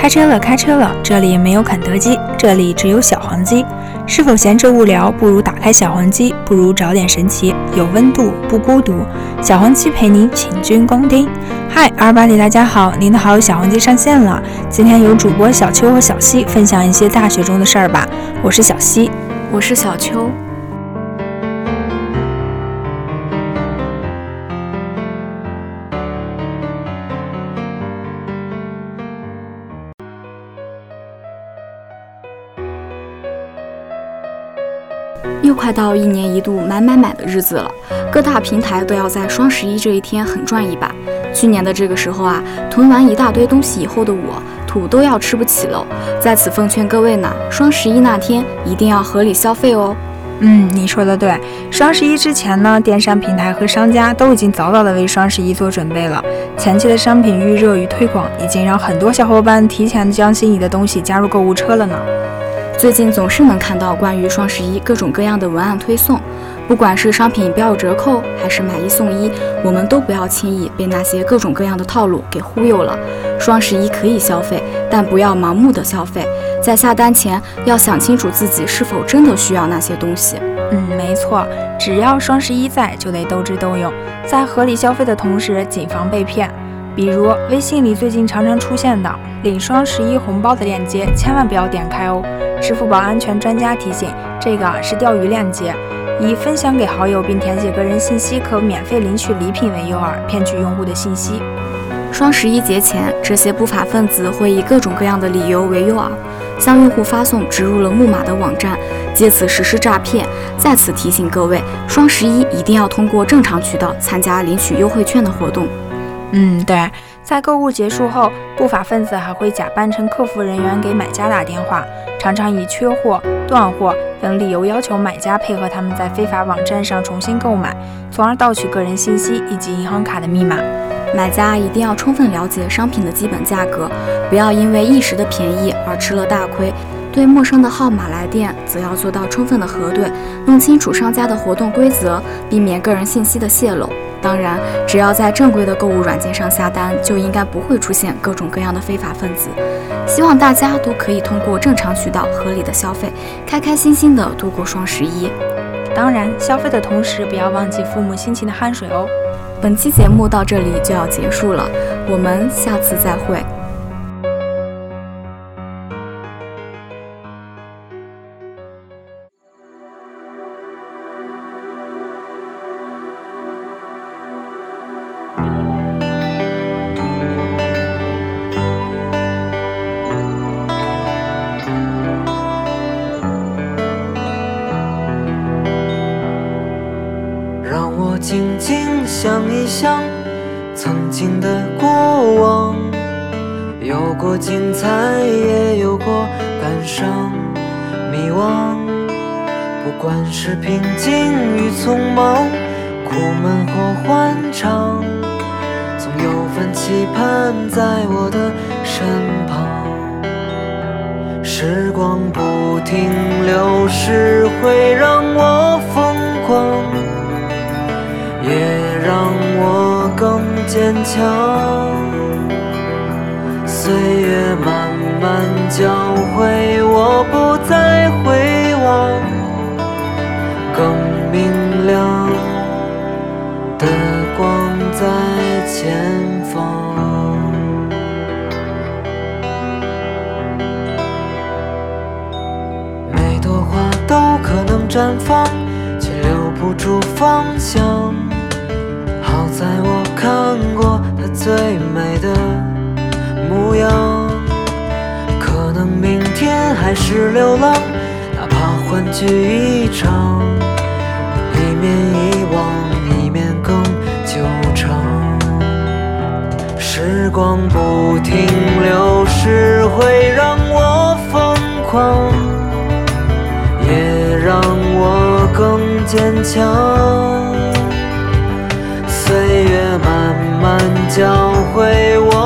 开车了，开车了！这里没有肯德基，这里只有小黄鸡。是否闲着无聊，不如打开小黄鸡，不如找点神奇，有温度不孤独。小黄鸡陪你，请君光听。嗨，280，大家好，您的好友小黄鸡上线了。今天由主播小秋和小西分享一些大学中的事儿吧。我是小西， 我是小秋。又快到一年一度买的日子了，各大平台都要在双11这一天狠赚一把。去年的这个时候啊，囤完一大堆东西以后的我，土都要吃不起了。在此奉劝各位呢，双11那天一定要合理消费哦。 你说的对。双11之前呢，电商平台和商家都已经早早的为双11做准备了。前期的商品预热与推广，已经让很多小伙伴提前将心仪的东西加入购物车了呢。 最近总是能看到关于双11各种各样的文案推送，不管是商品标有折扣，还是买1送1，我们都不要轻易被那些各种各样的套路给忽悠了。双11可以消费，但不要盲目的消费，在下单前要想清楚自己是否真的需要那些东西。 没错，只要双11在，就得斗智斗勇，在合理消费的同时，谨防被骗。比如微信里最近常常出现的领双11红包的链接，千万不要点开哦。支付宝安全专家提醒，这个是钓鱼链接，以分享给好友并填写个人信息可免费领取礼品为诱饵，骗取用户的信息。 双11节前，这些不法分子会以各种各样的理由为诱饵，向用户发送植入了木马的网站，借此实施诈骗。在此提醒各位，双11一定要通过正常渠道参加领取优惠券的活动。 对，在购物结束后，不法分子还会假扮成客服人员给买家打电话，常常以缺货、断货等理由要求买家配合他们在非法网站上重新购买，从而盗取个人信息以及银行卡的密码。 买家一定要充分了解商品的基本价格，不要因为一时的便宜而吃了大亏。对陌生的号码来电，则要做到充分的核对，弄清楚商家的活动规则，避免个人信息的泄露。当然，只要在正规的购物软件上下单，就应该不会出现各种各样的非法分子。希望大家都可以通过正常渠道合理的消费，开开心心的度过双11。 当然，消费的同时不要忘记父母辛勤的汗水哦。 本期节目到这里就要结束了，我们下次再会。 静静想一想曾经的过往，有过精彩，也有过感伤迷惘。不管是平静与匆忙，苦闷或欢畅，总有份期盼在我的身旁。时光不停流逝，会让我疯狂，也让我更坚强。岁月慢慢教会我不再回望，更明亮的光在前方。每朵花都可能绽放，却留不住芳香。好在我看过它最美的模样，可能明天还是流浪，哪怕欢聚一场，一面遗忘，一面更久长。时光不停流逝，会让我疯狂，也让我更坚强。岁月慢慢教会我